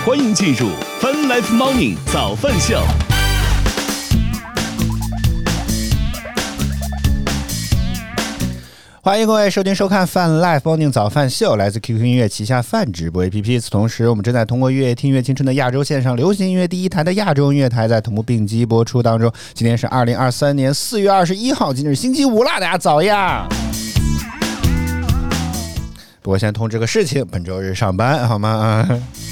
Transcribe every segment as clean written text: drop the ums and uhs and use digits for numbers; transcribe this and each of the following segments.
欢迎进入 Fun Life Morning 早饭秀。 欢迎各位收听收看Fun Life Morning 早饭秀，来自 QQ 音乐旗下泛直播 APP。此同时，我们正在通过乐听乐青春的亚洲线上流行音乐第一台的亚洲音乐台，在同步并机播出当中。今天是2023年4月21号，今天是星期五啦，大家早呀！不过先通知个事情，本周日上班好吗？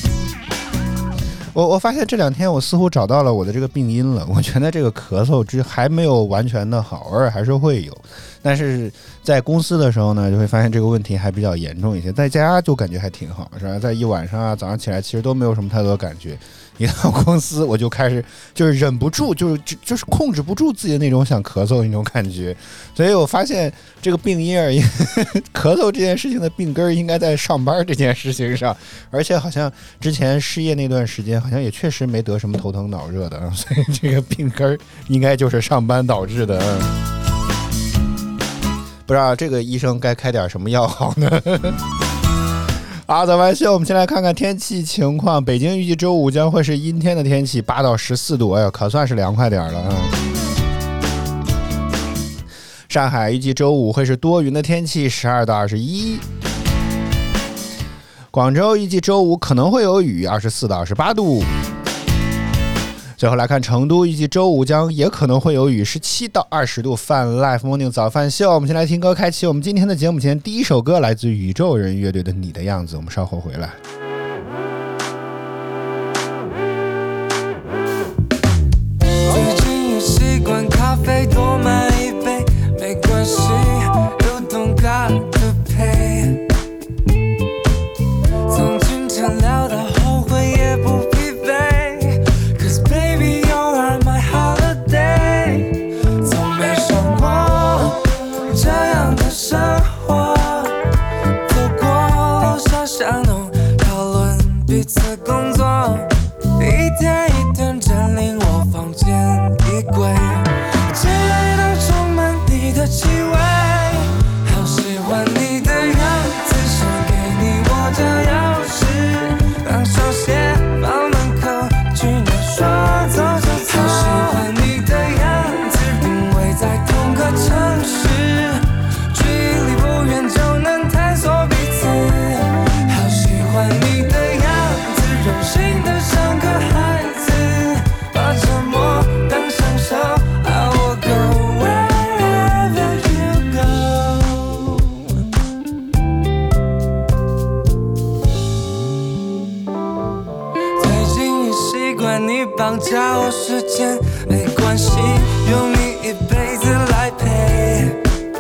我发现这两天我似乎找到了我的这个病因了，我觉得这个咳嗽还没有完全的好，偶尔还是会有，但是在公司的时候呢，就会发现这个问题还比较严重一些，在家就感觉还挺好，是吧？在一晚上啊，早上起来其实都没有什么太多感觉，一到公司我就开始就是忍不住，就是控制不住自己的那种想咳嗽的那种感觉，所以我发现这个病因而言，咳嗽这件事情的病根应该在上班这件事情上，而且好像之前失业那段时间好像也确实没得什么头疼脑热的，所以这个病根应该就是上班导致的。不知道这个医生该开点什么药好呢？早饭秀，我们先来看看天气情况。北京预计周五将会是阴天的天气，8到14度，哎呦，可算是凉快点了。上海预计周五会是多云的天气，12到21。广州预计周五可能会有雨，24到28度。最后来看成都，预计周五也可能会有雨，17到20度。Fun Life Morning 早饭秀，我们先来听歌，开启我们今天的节目前第一首歌，来自宇宙人乐队的《你的样子》，我们稍后回来。 最近也习惯咖啡多买一杯，没关系，有don't got to pay。从清晨聊到后悔也不疲惫 ，Cause baby you are my holiday。从没想过这样的生活，走过楼下巷弄，讨论彼此工作，一天一天占领我房间衣柜，进来都充满你的气味，好喜欢你的样子，想给你我家钥匙，让手写放门口，去哪说走就走，好喜欢你的样子，因为在同个城市，距离不远就能探索彼此，好喜欢你的样子，任性的像个孩子，把沉默当享受 I will go wherever you go。 最近也习惯你绑架我时间，没关系，用你一辈子来陪，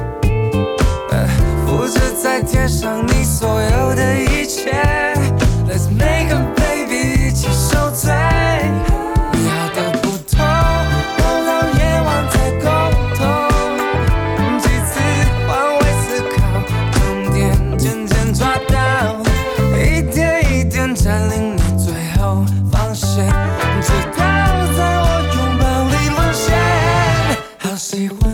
复制再贴上你所有的一切， Let's make a baby 一起受罪，你要的不同，我让夜晚再沟通，几次换位思考，重点渐渐抓到，一点一点占领你最后防线，直到在我拥抱里沦陷，好喜欢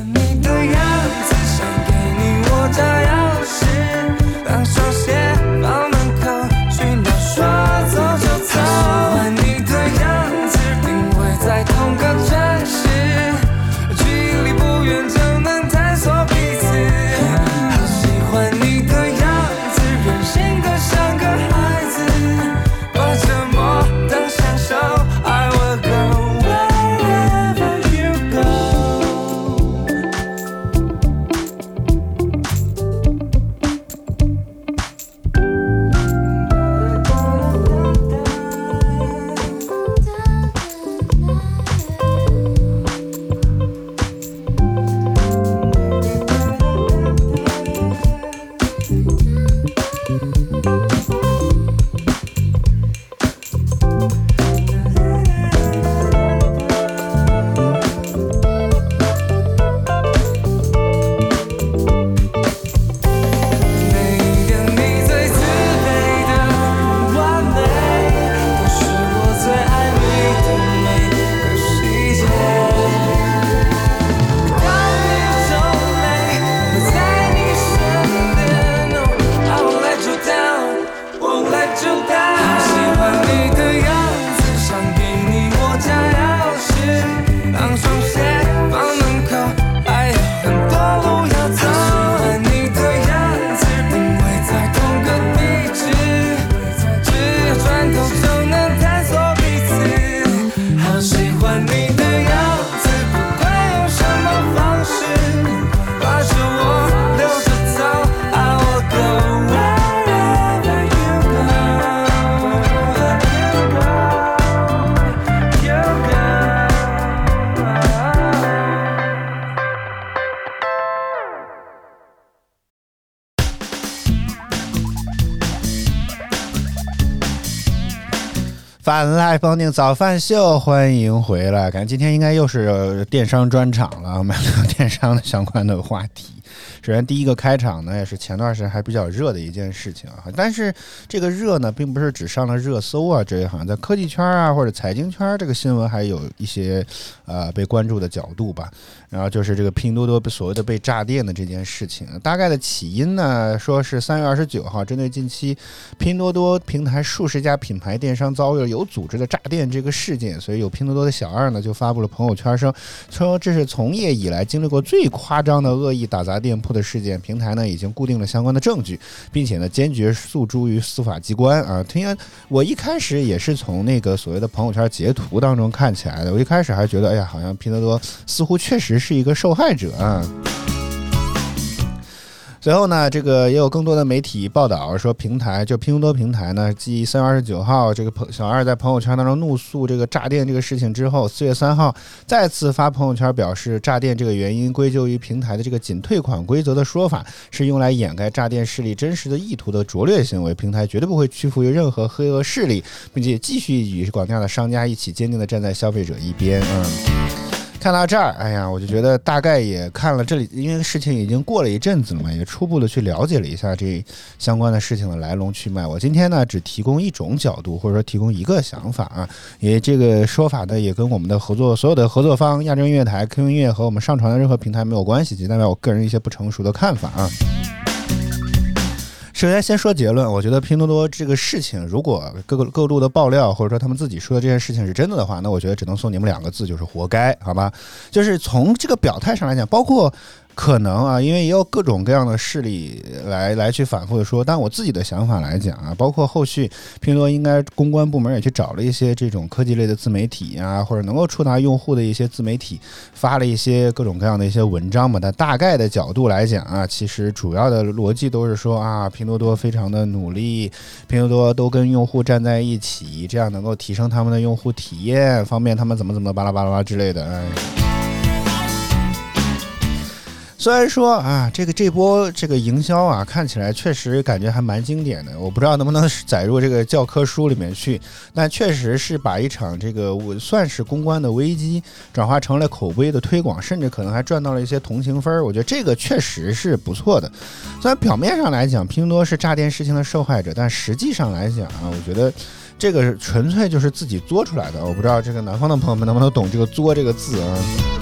饭来帮您早饭秀，欢迎回来。感觉今天应该又是电商专场了，我们聊电商的相关的话题。首先第一个开场呢，也是前段时间还比较热的一件事情啊，但是这个热呢，并不是只上了热搜啊，这好像在科技圈啊或者财经圈这个新闻还有一些被关注的角度吧。然后就是这个拼多多所谓的被炸店的这件事情，大概的起因呢，说是3月29号，针对近期拼多多平台数十家品牌电商遭遇了有组织的炸店这个事件，所以有拼多多的小二呢就发布了朋友圈说这是从业以来经历过最夸张的恶意打砸店铺的事件，平台呢已经固定了相关的证据，并且呢坚决诉诸于司法机关啊。我一开始也是从那个所谓的朋友圈截图当中看起来的，我一开始还觉得哎呀，好像拼多多似乎确实是一个受害者啊。随后呢，这个也有更多的媒体报道说，拼多多平台呢，继3月29号这个小二在朋友圈当中怒诉这个炸店这个事情之后，4月3号再次发朋友圈表示，炸店这个原因归咎于平台的这个仅退款规则的说法，是用来掩盖炸店势力真实的意图的拙劣行为，平台绝对不会屈服于任何黑恶势力，并且继续与广大的商家一起坚定地站在消费者一边。看到这儿，哎呀，我就觉得大概也看了这里，因为事情已经过了一阵子了嘛，也初步的去了解了一下这相关的事情的来龙去脉。我今天呢只提供一种角度，或者说提供一个想法啊，也这个说法呢也跟我们的所有的合作方亚洲音乐台、QQ 音乐和我们上传的任何平台没有关系，仅代表我个人一些不成熟的看法啊。首先先说结论，我觉得拼多多这个事情，如果各路的爆料或者说他们自己说的这件事情是真的的话，那我觉得只能送你们2个字，就是活该，好吧？就是从这个表态上来讲，包括可能啊，因为也有各种各样的势力来去反复的说，但我自己的想法来讲啊，包括后续拼多多应该公关部门也去找了一些这种科技类的自媒体啊，或者能够触达用户的一些自媒体，发了一些各种各样的一些文章嘛。但大概的角度来讲啊，其实主要的逻辑都是说啊，拼多多非常的努力，拼多多都跟用户站在一起，这样能够提升他们的用户体验，方便他们怎么巴拉巴拉之类的。虽然说啊，这波这个营销啊，看起来确实感觉还蛮经典的，我不知道能不能载入这个教科书里面去，但确实是把一场这个算是公关的危机转化成了口碑的推广，甚至可能还赚到了一些同情分，我觉得这个确实是不错的。虽然表面上来讲拼多多是炸店事情的受害者，但实际上来讲啊，我觉得这个纯粹就是自己作出来的。我不知道这个南方的朋友们能不能懂这个作这个字啊。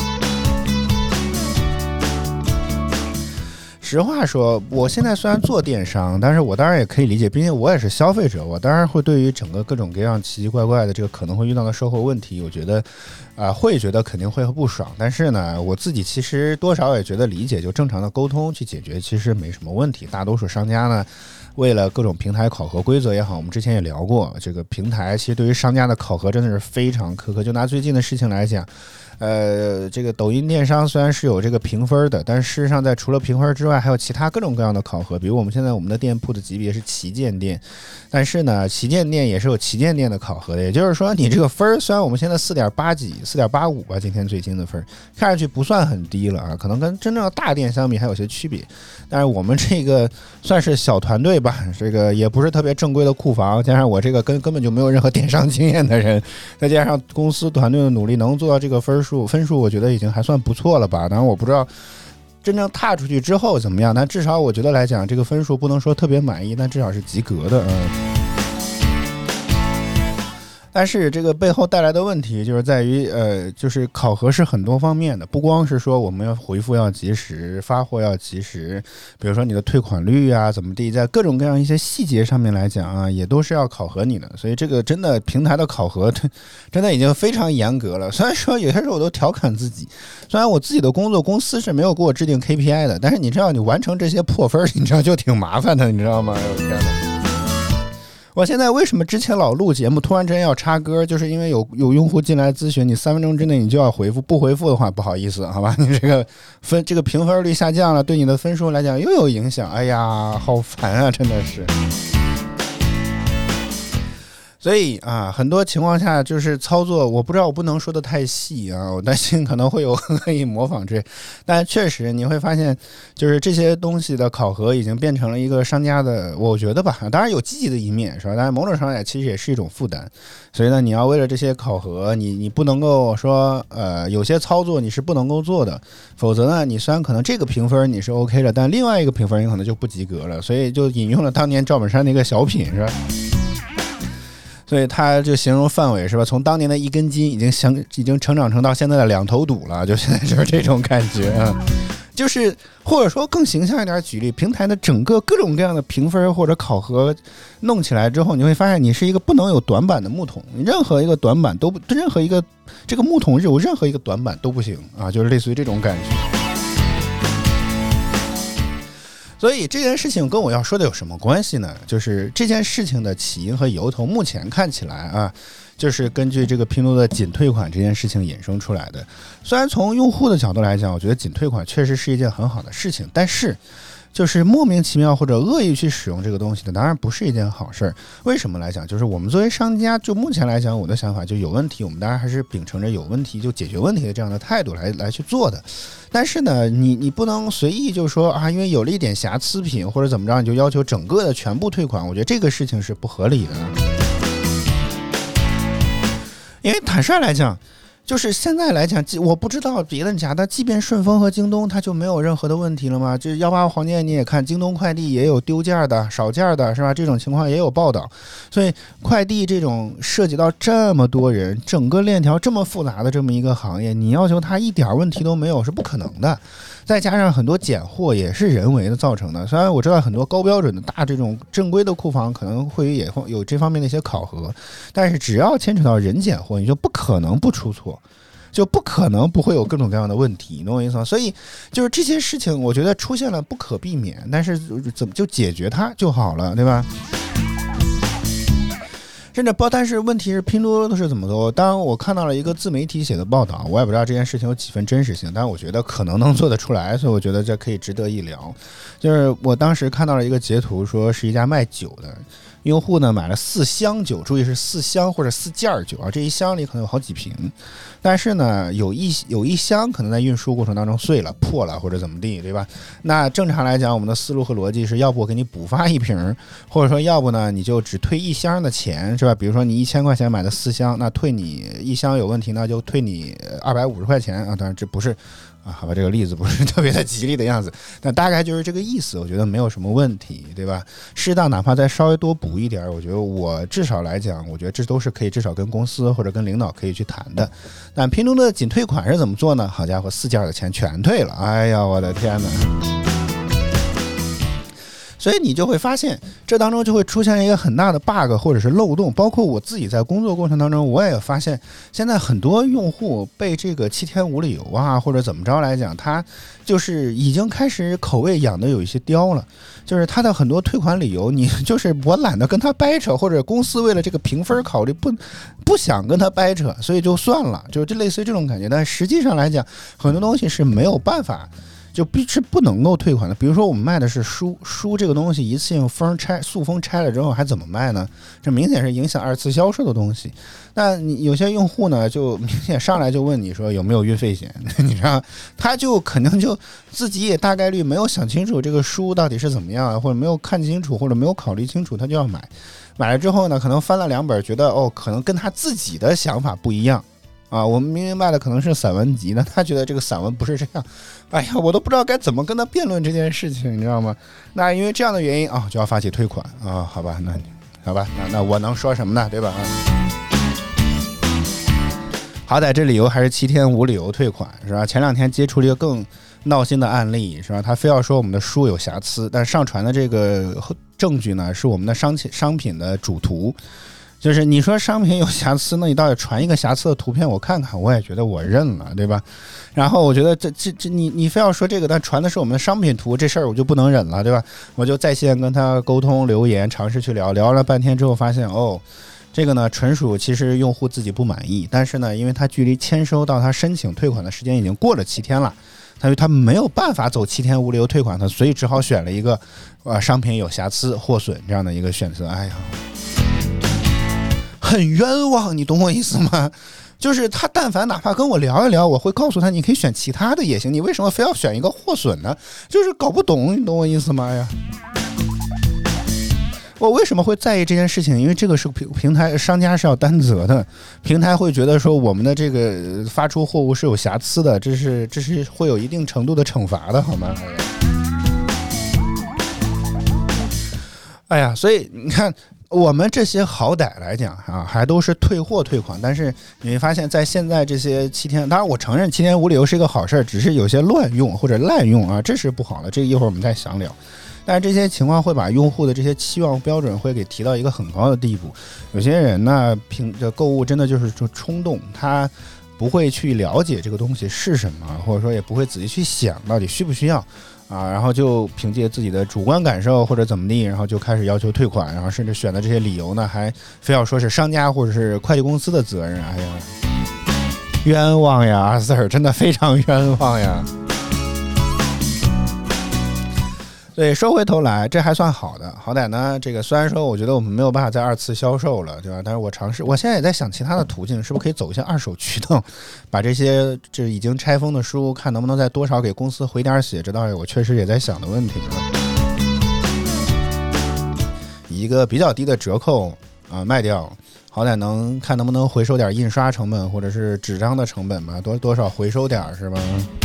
实话说，我现在虽然做电商，但是我当然也可以理解，并且我也是消费者，我当然会对于整个各种各样奇奇怪怪的这个可能会遇到的售后问题，我觉得会觉得肯定会不爽，但是呢，我自己其实多少也觉得理解，就正常的沟通去解决，其实没什么问题。大多数商家呢，为了各种平台考核规则也好，我们之前也聊过，这个平台其实对于商家的考核真的是非常苛刻。就拿最近的事情来讲，这个抖音电商虽然是有这个评分的，但事实上在除了评分之外，还有其他各种各样的考核。比如我们现在我们的店铺的级别是旗舰店，但是呢，旗舰店也是有旗舰店的考核的。也就是说，你这个分虽然我们现在4.8几、4.85吧，今天最新的分看上去不算很低了啊，可能跟真正的大店相比还有些区别。但是我们这个算是小团队吧，这个也不是特别正规的库房，加上我这个根本就没有任何电商经验的人，再加上公司团队的努力，能做到这个分数，我觉得已经还算不错了吧。当然我不知道真正踏出去之后怎么样，但至少我觉得来讲，这个分数不能说特别满意，但至少是及格的。但是这个背后带来的问题就是在于，就是考核是很多方面的，不光是说我们要回复要及时，发货要及时，比如说你的退款率啊，怎么地，在各种各样一些细节上面来讲啊，也都是要考核你的。所以这个真的平台的考核真的已经非常严格了。虽然说有些时候我都调侃自己，虽然我自己的工作公司是没有给我制定 KPI 的，但是你知道你完成这些破分，你知道就挺麻烦的，你知道吗？我天哪！我现在为什么之前老录节目突然之间要插歌，就是因为有用户进来咨询，你3分钟之内你就要回复，不回复的话不好意思，好吧，你这个评分率下降了，对你的分数来讲又有影响，哎呀好烦啊，真的是。 所以啊，很多情况下就是操作，我不知道，我不能说的太细啊，我担心可能会有恶意模仿之类。但确实你会发现，就是这些东西的考核已经变成了一个商家的，我觉得吧，当然有积极的一面是吧？但是某种程度上其实也是一种负担。所以呢，你要为了这些考核，你不能够说有些操作你是不能够做的，否则呢，你虽然可能这个评分你是 OK 的，但另外一个评分你可能就不及格了。所以就引用了当年赵本山那个小品是吧？所以他就形容范伟是吧？从当年的一根筋已经成长成到现在的2头堵了，就现在就是这种感觉啊。就是或者说更形象一点举例，平台的整个各种各样的评分或者考核弄起来之后，你会发现你是一个不能有短板的木桶，任何一个短板都不，任何一个这个木桶有任何一个短板都不行啊，就是类似于这种感觉。所以这件事情跟我要说的有什么关系呢？就是这件事情的起因和由头，目前看起来啊，就是根据这个拼多多的仅退款这件事情衍生出来的。虽然从用户的角度来讲，我觉得仅退款确实是一件很好的事情，但是就是莫名其妙或者恶意去使用这个东西的，当然不是一件好事儿。为什么来讲？就是我们作为商家，就目前来讲，我的想法就有问题，我们当然还是秉承着有问题就解决问题的这样的态度来去做的。但是呢，你不能随意就说啊，因为有了一点瑕疵品或者怎么着，你就要求整个的全部退款，我觉得这个事情是不合理的。因为坦率来讲，就是现在来讲，我不知道别的家，但即便顺丰和京东，它就没有任何的问题了吗？就是188黄金你也看，京东快递也有丢件的、少件的，是吧？这种情况也有报道。所以快递这种涉及到这么多人，整个链条这么复杂的这么一个行业，你要求它一点问题都没有是不可能的。再加上很多拣货也是人为的造成的，虽然我知道很多高标准的大这种正规的库房可能会也会有这方面的一些考核，但是只要牵扯到人拣货，你就不可能不出错，就不可能不会有各种各样的问题，你懂我意思吗？所以就是这些事情我觉得出现了不可避免，但是怎么就解决它就好了，对吧？甚至不，但是问题是拼多多都是怎么做？当然我看到了一个自媒体写的报道，我也不知道这件事情有几分真实性，但是我觉得可能能做得出来，所以我觉得这可以值得一聊。就是我当时看到了一个截图，说是一家卖酒的用户呢，买了4箱酒，注意是4箱或者4件酒啊，这一箱里可能有好几瓶，但是呢有一箱可能在运输过程当中碎了、破了或者怎么地，对吧？那正常来讲，我们的思路和逻辑是要不我给你补发1瓶，或者说要不呢你就只退1箱的钱，是吧？比如说你1000块钱买的4箱，那退你1箱有问题，那就退你250块钱啊。当然这不是啊，好吧，这个例子不是特别的吉利的样子，但大概就是这个意思，我觉得没有什么问题，对吧？适当哪怕再稍微多补一点，我觉得我至少来讲，我觉得这都是可以至少跟公司或者跟领导可以去谈的。但拼多多的仅退款是怎么做呢？好家伙，4件的钱全退了，哎呀，我的天哪！所以你就会发现，这当中就会出现一个很大的 bug 或者是漏洞。包括我自己在工作过程当中，我也发现，现在很多用户被这个7天无理由啊，或者怎么着来讲，他就是已经开始口味养的有一些刁了。就是他的很多退款理由，你就是我懒得跟他掰扯，或者公司为了这个评分考虑不想跟他掰扯，所以就算了，就类似于这种感觉。但实际上来讲，很多东西是没有办法。就是不能够退款的。比如说我们卖的是书这个东西，一次性塑封拆了之后还怎么卖呢？这明显是影响2次销售的东西。那你有些用户呢，就明显上来就问你说有没有运费险，你知道，他就可能就自己也大概率没有想清楚这个书到底是怎么样，或者没有看清楚，或者没有考虑清楚，他就要买了之后呢，可能翻了2本，觉得可能跟他自己的想法不一样。啊，我们明白的可能是散文集的，他觉得这个散文不是这样，哎呀，我都不知道该怎么跟他辩论这件事情，你知道吗？那因为这样的原因啊，就要发起退款啊，好吧，那我能说什么呢，对吧？好歹这理由还是7天无理由退款，是吧？前2天接触了一个更闹心的案例，是吧？他非要说我们的书有瑕疵，但上传的这个证据呢，是我们的商品的主图。就是你说商品有瑕疵，那你到底传一个瑕疵的图片我看看，我也觉得我认了，对吧？然后我觉得这你非要说这个，但传的是我们的商品图，这事儿我就不能忍了，对吧？我就在线跟他沟通留言，尝试去聊了半天之后，发现这个呢纯属其实用户自己不满意，但是呢，因为他距离签收到他申请退款的时间已经过了7天了，所以他没有办法走7天无理由退款，他所以只好选了一个商品有瑕疵、货损这样的一个选择。哎呀。 很冤枉，你懂我意思吗？就是他但凡哪怕跟我聊一聊，我会告诉他你可以选其他的也行，你为什么非要选一个货损呢？就是搞不懂，你懂我意思吗呀？我为什么会在意这件事情？因为这个是平台商家是要担责的，平台会觉得说我们的这个发出货物是有瑕疵的，这是会有一定程度的惩罚的，好吗？哎呀，所以你看。我们这些好歹来讲啊，还都是退货退款，但是你会发现在现在这些7天，当然我承认7天无理由是一个好事，只是有些乱用或者滥用啊，这是不好的，这一会儿我们再详聊。但是这些情况会把用户的这些期望标准会给提到一个很高的地步。有些人呢，购物真的就是冲动，他不会去了解这个东西是什么，或者说也不会仔细去想到底需不需要。然后就凭借自己的主观感受或者怎么地，然后就开始要求退款，然后甚至选的这些理由呢，还非要说是商家或者是快递公司的责任。哎呀，冤枉呀，阿 Sir 真的非常冤枉呀。对，说回头来，这还算好的，好歹呢，这个虽然说我觉得我们没有办法再2次销售了，对吧？但是我现在也在想其他的途径，是不是可以走一些二手渠道，把这些这已经拆封的书，看能不能再多少给公司回点血，这倒是我确实也在想的问题了。以一个比较低的折扣卖掉，好歹能看能不能回收点印刷成本或者是纸张的成本吧，多少回收点是吧？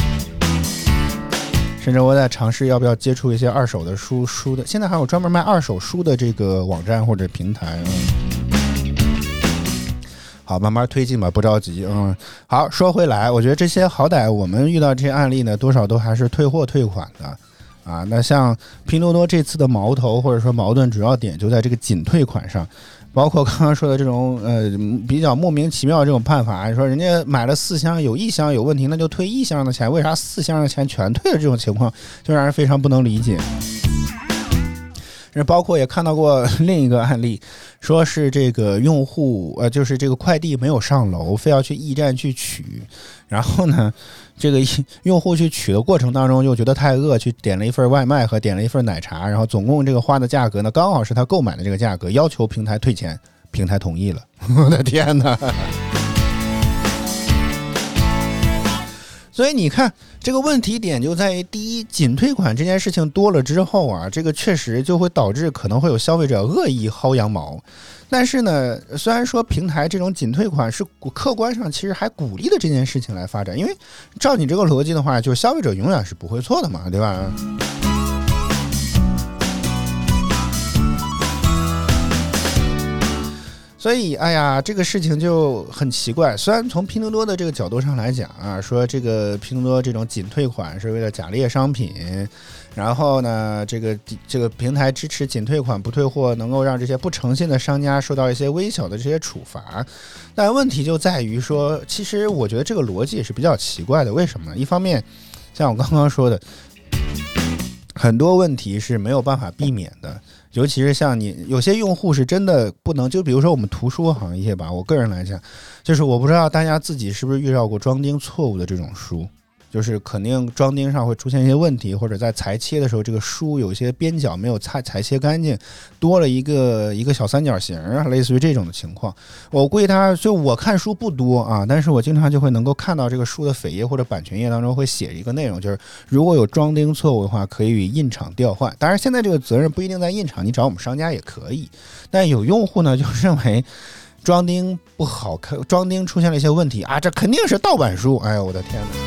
甚至我在尝试要不要接触一些二手的书的，现在还有专门卖二手书的这个网站或者平台。好，慢慢推进吧，不着急。好，说回来，我觉得这些好歹我们遇到这些案例呢，多少都还是退货退款的啊。那像拼多多这次的矛头或者说矛盾主要点就在这个仅退款上。包括刚刚说的这种比较莫名其妙的这种办法，说人家买了4箱，有1箱有问题，那就退1箱的钱，为啥4箱的钱全退了？这种情况就让人非常不能理解。包括也看到过另一个案例，说是这个用户就是这个快递没有上楼，非要去驿站去取，然后呢这个用户去取的过程当中又觉得太饿，去点了一份外卖和点了一份奶茶，然后总共这个花的价格呢刚好是他购买的这个价格，要求平台退钱，平台同意了。我的天哪！所以你看这个问题点就在于，第一，仅退款这件事情多了之后啊，这个确实就会导致可能会有消费者恶意薅羊毛。但是呢，虽然说平台这种仅退款是客观上其实还鼓励的这件事情来发展，因为照你这个逻辑的话，就是消费者永远是不会错的嘛，对吧？所以哎呀，这个事情就很奇怪。虽然从拼多多的这个角度上来讲啊，说这个拼多多这种仅退款是为了假劣商品，然后呢这个平台支持仅退款不退货，能够让这些不诚信的商家受到一些微小的这些处罚。但问题就在于说，其实我觉得这个逻辑也是比较奇怪的。为什么呢？一方面像我刚刚说的，很多问题是没有办法避免的，尤其是像你有些用户是真的不能，就比如说我们图书行业吧，我个人来讲，就是我不知道大家自己是不是遇到过装订错误的这种书，就是肯定装订上会出现一些问题，或者在裁切的时候这个书有些边角没有裁切干净，多了一个小三角形，类似于这种的情况。我估计我看书不多啊，但是我经常就会能够看到这个书的扉页或者版权页当中会写一个内容，就是如果有装订错误的话，可以与印厂调换。当然现在这个责任不一定在印厂，你找我们商家也可以。但有用户呢就认为装订不好看，装订出现了一些问题啊，这肯定是盗版书。哎呦我的天哪！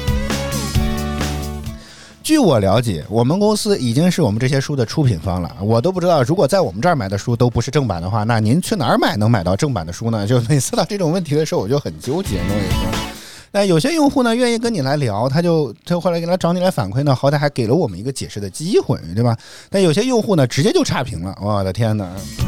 据我了解，我们公司已经是我们这些书的出品方了，我都不知道如果在我们这儿买的书都不是正版的话，那您去哪儿买能买到正版的书呢？就每次到这种问题的时候我就很纠结。那有些用户呢愿意跟你来聊，他后来找你来反馈呢，好歹还给了我们一个解释的机会，对吧？但有些用户呢直接就差评了，我的天哪！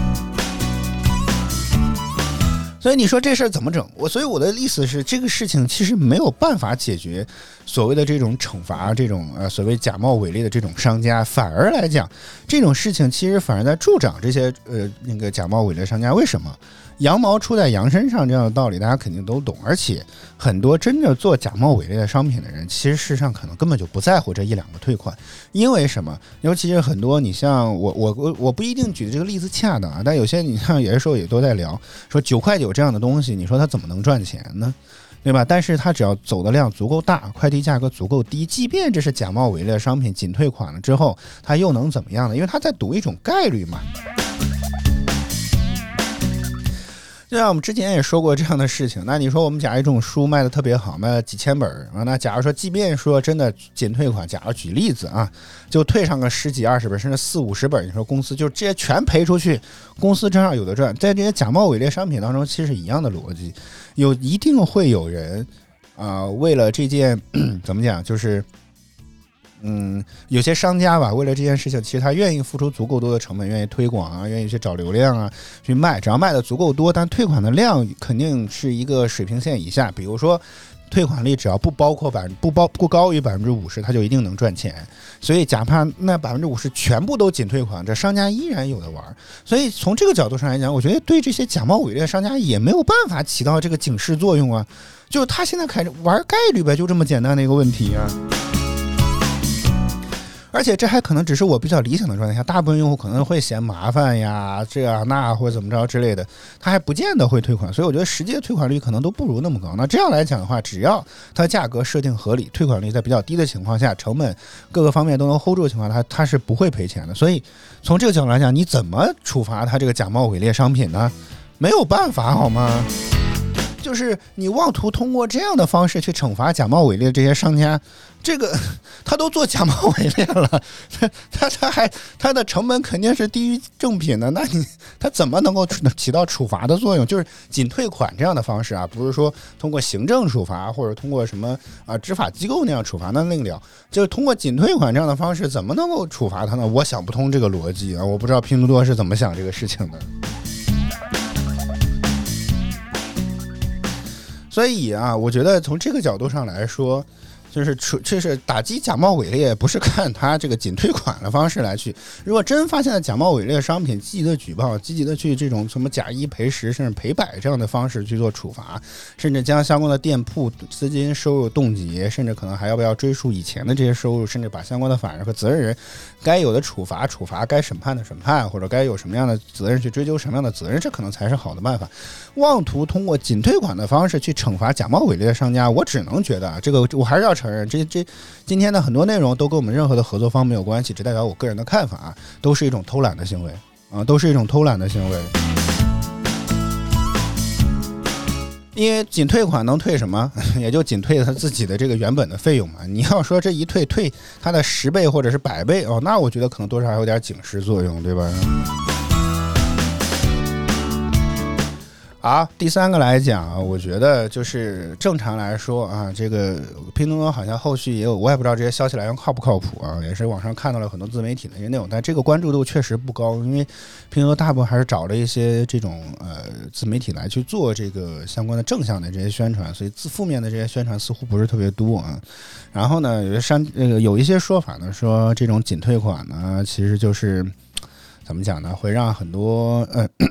所以你说这事儿怎么整？所以我的意思是，这个事情其实没有办法解决所谓的这种惩罚，这种所谓假冒伪劣的这种商家，反而来讲，这种事情其实反而在助长这些那个假冒伪劣商家。为什么？ 羊毛出在羊身上这样的道理大家肯定都懂，而且很多真正做假冒伪劣的商品的人，其实事实上可能根本就不在乎这1-2个退款。因为什么？尤其是很多你像我不一定举的这个例子恰当啊，但有些你像有些时候也都在聊说9.9块这样的东西，你说它怎么能赚钱呢？对吧？但是它只要走的量足够大，快递价格足够低，即便这是假冒伪劣商品，仅退款了之后，它又能怎么样呢？因为它在赌一种概率嘛。就像我们之前也说过这样的事情，那你说我们假如一种书卖的特别好，卖了几千本啊，那假如说即便说真的仅退款，假如举例子啊，就退上个10几20本甚至40-50本，你说公司就这些全赔出去，公司正好有的赚。在这些假冒伪劣商品当中，其实一样的逻辑，一定会有人为了这件怎么讲，就是有些商家吧，为了这件事情，其实他愿意付出足够多的成本，愿意推广啊，愿意去找流量啊，去卖，只要卖的足够多，但退款的量肯定是一个水平线以下。比如说，退款率只要不高于50%，他就一定能赚钱。所以，哪怕那50%全部都仅退款，这商家依然有的玩。所以从这个角度上来讲，我觉得对这些假冒伪劣商家也没有办法起到这个警示作用啊。就他现在开始玩概率呗，就这么简单的一个问题啊。而且这还可能只是我比较理想的状态下，大部分用户可能会嫌麻烦呀，这样那或者怎么着之类的，他还不见得会退款，所以我觉得实际的退款率可能都不如那么高。那这样来讲的话，只要它价格设定合理，退款率在比较低的情况下，成本各个方面都能 hold 住的情况下，它是不会赔钱的。所以从这个角度来讲，你怎么处罚它这个假冒伪劣商品呢？没有办法好吗？就是你妄图通过这样的方式去惩罚假冒伪劣这些商家，这个他都做假冒伪劣了，他的成本肯定是低于正品的，那他怎么能够起到处罚的作用？就是仅退款这样的方式啊，不是说通过行政处罚或者通过什么执法机构那样处罚，那另了。就是通过仅退款这样的方式，怎么能够处罚他呢？我想不通这个逻辑啊，我不知道拼多多是怎么想这个事情的。所以啊，我觉得从这个角度上来说，就是打击假冒伪劣，不是看他这个仅退款的方式来去。如果真发现了假冒伪劣商品，积极的举报，积极的去这种什么假1赔10甚至赔100这样的方式去做处罚，甚至将相关的店铺资金收入冻结，甚至可能还要不要追溯以前的这些收入，甚至把相关的法人和责任人该有的处罚，该审判的审判，或者该有什么样的责任去追究什么样的责任，这可能才是好的办法。妄图通过仅退款的方式去惩罚假冒伪劣的商家，我只能觉得这个我还是要承认，今天的很多内容都跟我们任何的合作方没有关系，只代表我个人的看法，都是一种偷懒的行为啊，都是一种偷懒的行为。因为仅退款能退什么？也就仅退他自己的这个原本的费用嘛。你要说这一退他的10倍或者是100倍哦，那我觉得可能多少还有点警示作用，对吧？好，第3个来讲啊，我觉得就是正常来说啊，这个拼多多好像后续也有，我也不知道这些消息来源靠不靠谱啊，也是网上看到了很多自媒体的一些内容，但这个关注度确实不高，因为拼多多大部分还是找了一些这种自媒体来去做这个相关的正向的这些宣传，所以负面的这些宣传似乎不是特别多啊。然后呢，有一些说法呢，说这种仅退款呢，其实就是怎么讲呢，会让很多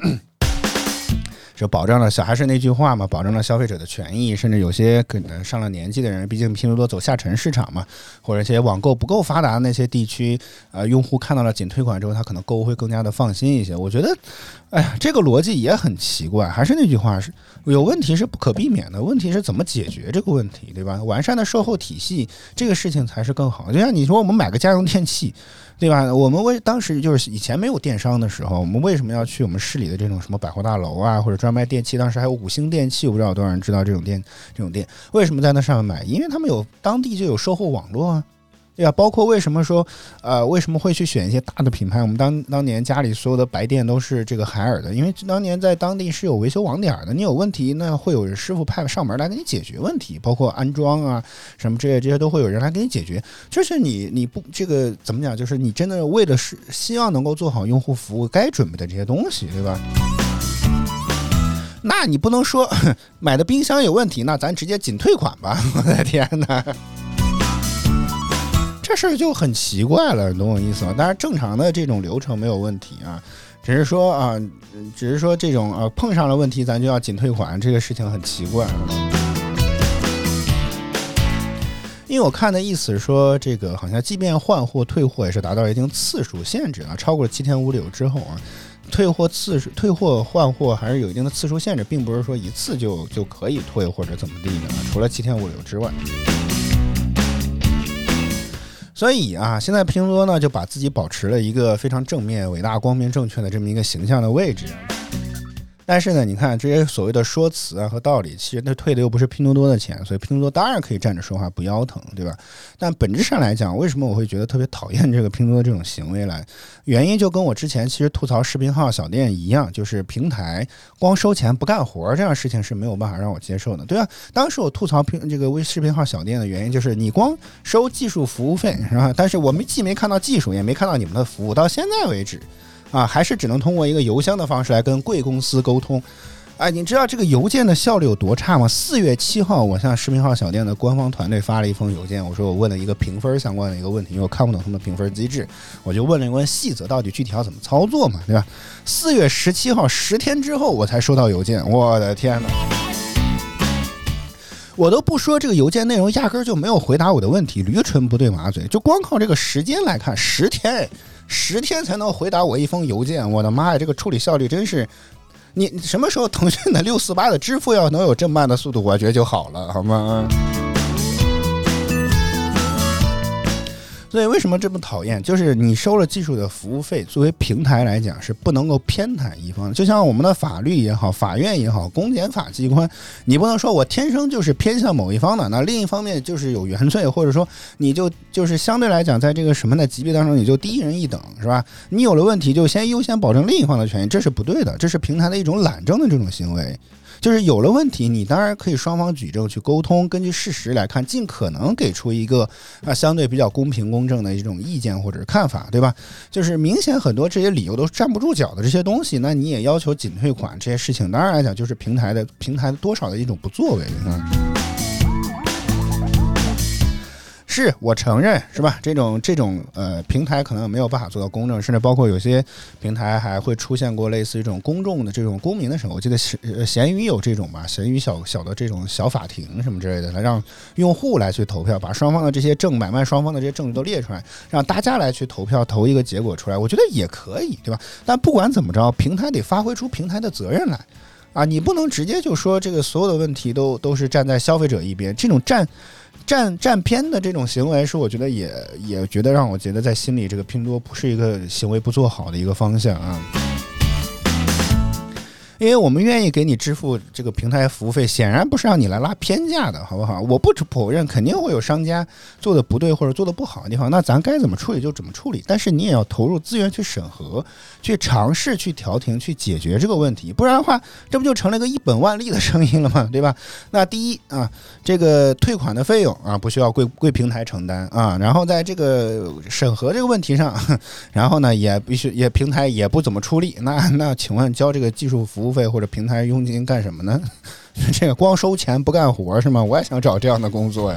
就保障了还是那句话嘛，保证了消费者的权益，甚至有些可能上了年纪的人，毕竟拼多多走下沉市场嘛，或者一些网购不够发达的那些地区，用户看到了仅退款之后，他可能购物会更加的放心一些。我觉得，这个逻辑也很奇怪，还是那句话，是有问题是不可避免的，问题是怎么解决这个问题，对吧？完善的售后体系，这个事情才是更好。就像你说，我们买个家用电器，对吧？我们当时就是以前没有电商的时候，我们为什么要去我们市里的这种什么百货大楼啊，或者专卖电器？当时还有5星电器，我不知道有多少人知道这种店。为什么在那上面买？因为他们当地就有售后网络啊。对吧？包括为什么说，为什么会去选一些大的品牌？我们当年家里所有的白电都是这个海尔的，因为当年在当地是有维修网点的，你有问题，那会有师傅派上门来给你解决问题，包括安装啊什么这些都会有人来给你解决。就是你不这个怎么讲？就是你真的为了是希望能够做好用户服务该准备的这些东西，对吧？那你不能说买的冰箱有问题，那咱直接仅退款吧？我的天哪！这事儿就很奇怪了，你懂我意思吗？当然正常的这种流程没有问题啊， 只是说这种碰上了问题咱就要紧退款，这个事情很奇怪。因为我看的意思是说，这个好像即便换货退货也是达到一定次数限制啊，超过7天无理由之后啊，退货换货还是有一定的次数限制，并不是说一次就可以退或者怎么地的，除了7天无理由之外。所以啊，现在拼多多呢就把自己保持了一个非常正面、伟大、光明、正确的这么一个形象的位置。但是呢，你看这些所谓的说辞啊和道理，其实他退的又不是拼多多的钱，所以拼多多当然可以站着说话不腰疼，对吧？但本质上来讲，为什么我会觉得特别讨厌这个拼多多这种行为来？原因就跟我之前其实吐槽视频号小店一样，就是平台光收钱不干活这样的事情是没有办法让我接受的，对吧？当时我吐槽这个微视频号小店的原因就是你光收技术服务费是吧？但是我们既没看到技术，也没看到你们的服务，到现在为止。还是只能通过一个邮箱的方式来跟贵公司沟通。你知道这个邮件的效率有多差吗？4月7号，我向视频号小店的官方团队发了一封邮件，我说我问了一个评分相关的一个问题，因为我看不懂他们评分机制，我就问了一问细则，到底具体要怎么操作嘛，对吧？4月17号10天之后我才收到邮件，我的天哪！我都不说这个邮件内容压根就没有回答我的问题，驴唇不对马嘴，就光靠这个时间来看，10天才能回答我一封邮件，我的妈呀，这个处理效率真是，你什么时候腾讯的648的支付要能有这么慢的速度，我觉得就好了，好吗？所以为什么这么讨厌？就是你收了技术的服务费，作为平台来讲是不能够偏袒一方的。就像我们的法律也好，法院也好，公检法机关，你不能说我天生就是偏向某一方的，那另一方面就是有原罪，或者说你就是相对来讲，在这个什么的级别当中，你就低人一等，是吧？你有了问题就先优先保证另一方的权益，这是不对的，这是平台的一种懒政的这种行为。就是有了问题，你当然可以双方举证去沟通，根据事实来看，尽可能给出一个相对比较公平公正的一种意见或者是看法，对吧？就是明显很多这些理由都站不住脚的这些东西，那你也要求紧退款，这些事情当然来讲就是平台的多少的一种不作为啊。是我承认，是吧？这种平台可能没有办法做到公正，甚至包括有些平台还会出现过类似于这种公众的这种公民的审核。我记得闲鱼有这种吧，闲鱼小的这种小法庭什么之类的，来让用户来去投票，把双方的这些买卖双方的这些证据都列出来，让大家来去投票，投一个结果出来。我觉得也可以，对吧？但不管怎么着，平台得发挥出平台的责任来你不能直接就说这个所有的问题都是站在消费者一边，这种占偏的这种行为是我觉得也觉得让我觉得在心里这个拼多多不是一个行为不做好的一个方向啊。因为我们愿意给你支付这个平台服务费，显然不是让你来拉偏价的，好不好？我不否认肯定会有商家做的不对或者做的不好的地方，那咱该怎么处理就怎么处理，但是你也要投入资源去审核，去尝试去调停，去解决这个问题，不然的话这不就成了一个一本万利的生意了吗？对吧？那第一这个退款的费用不需要贵平台承担然后在这个审核这个问题上，然后呢也必须平台也不怎么出力，那请问交这个技术服务费或者平台佣金干什么呢？这个光收钱不干活是吗？我也想找这样的工作呀。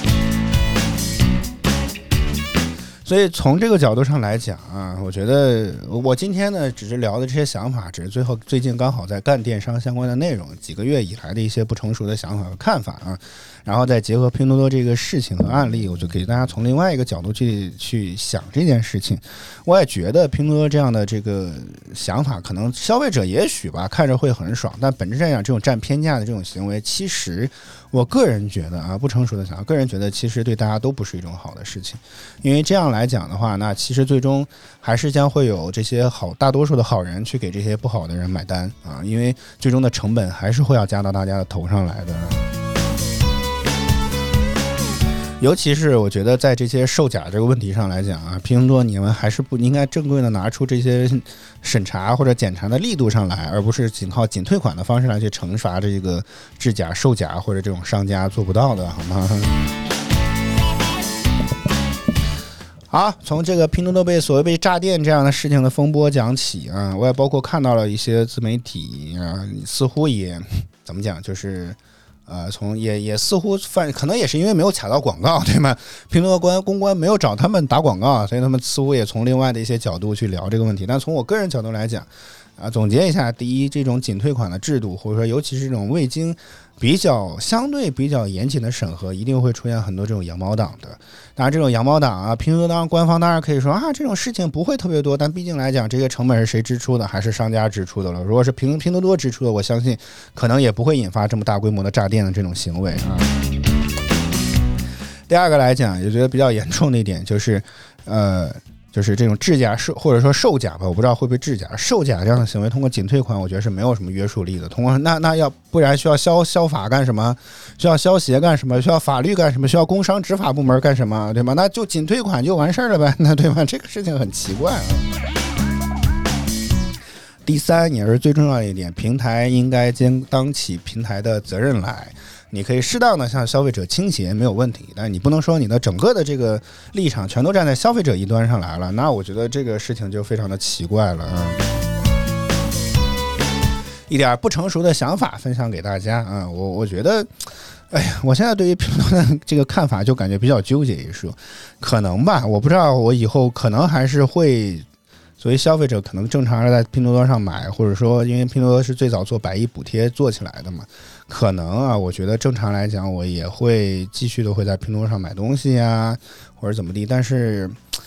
所以从这个角度上来讲我觉得我今天呢只是聊的这些想法，只是最近刚好在干电商相关的内容，几个月以来的一些不成熟的想法和看法然后再结合拼多多这个事情和案例，我就给大家从另外一个角度去想这件事情。我也觉得拼多多这样的这个想法，可能消费者也许吧看着会很爽，但本质上讲这种占偏价的这种行为，其实我个人觉得不成熟的想法，个人觉得其实对大家都不是一种好的事情。因为这样来讲的话，那其实最终还是将会有这些大多数的好人去给这些不好的人买单因为最终的成本还是会要加到大家的头上来的。尤其是我觉得在这些售假这个问题上来讲拼多多你们还是不应该正规的拿出这些审查或者检查的力度上来，而不是仅靠紧退款的方式来去惩罚这个制假售假或者这种商家做不到的，好吗？好，从这个拼多多所谓被诈店这样的事情的风波讲起我也包括看到了一些自媒体似乎也怎么讲，就是从也似乎可能也是因为没有卡到广告，对吗？拼多多公关没有找他们打广告，所以他们似乎也从另外的一些角度去聊这个问题。但从我个人角度来讲，总结一下，第一，这种仅退款的制度，或者说尤其是这种未经相对比较严谨的审核，一定会出现很多这种羊毛党的。当然，这种羊毛党啊，拼多多官方当然可以说这种事情不会特别多，但毕竟来讲，这些成本是谁支出的，还是商家支出的了。如果是拼多多支出的，我相信可能也不会引发这么大规模的炸店的这种行为啊。第二个来讲，也觉得比较严重的一点就是这种制假或者说售假吧，我不知道会不会制假、售假这样的行为，通过仅退款，我觉得是没有什么约束力的。通过那要不然需要消法干什么？需要消协干什么？需要法律干什么？需要工商执法部门干什么？对吧？那就仅退款就完事儿了呗，那对吧？这个事情很奇怪啊。第三，也是最重要的一点，平台应该担起平台的责任来。你可以适当的向消费者倾斜没有问题，但是你不能说你的整个的这个立场全都站在消费者一端上来了，那我觉得这个事情就非常的奇怪了啊。一点不成熟的想法分享给大家啊，我觉得，我现在对于拼多多的这个看法就感觉比较纠结一说，可能吧，我不知道，我以后可能还是会。所以消费者可能正常在拼多多上买，或者说因为拼多多是最早做110补贴做起来的嘛，可能我觉得正常来讲我也会继续的会在拼多多上买东西呀，或者怎么地，但是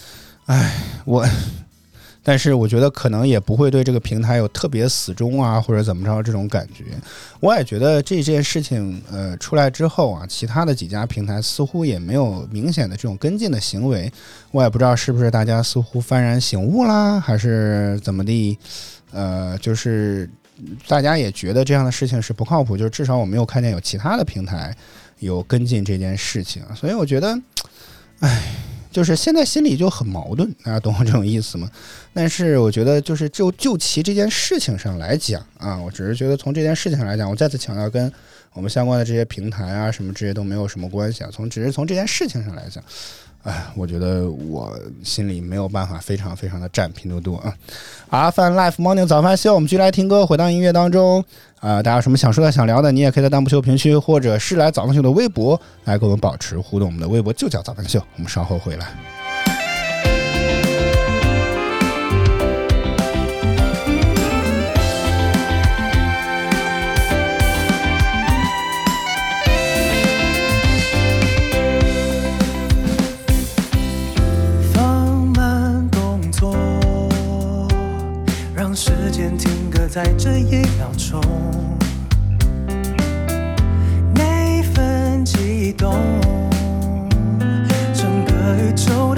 我觉得可能也不会对这个平台有特别死忠啊，或者怎么着这种感觉。我也觉得这件事情出来之后其他的几家平台似乎也没有明显的这种跟进的行为。我也不知道是不是大家似乎幡然醒悟啦，还是怎么地，就是大家也觉得这样的事情是不靠谱，就是至少我没有看见有其他的平台有跟进这件事情，所以我觉得，就是现在心里就很矛盾，大家懂我这种意思吗？但是我觉得就是就其这件事情上来讲我只是觉得从这件事情上来讲，我再次强调跟我们相关的这些平台什么这些都没有什么关系只是从这件事情上来讲，我觉得我心里没有办法非常非常的站拼多多阿饭 Life Morning 早饭秀，我们继续来听歌，回到音乐当中大家有什么想说的想聊的，你也可以在弹幕秀评区或者是来早饭秀的微博来跟我们保持互动，我们的微博就叫早饭秀，我们稍后回来。 时间停格在这1秒钟，那份悸动，整个宇宙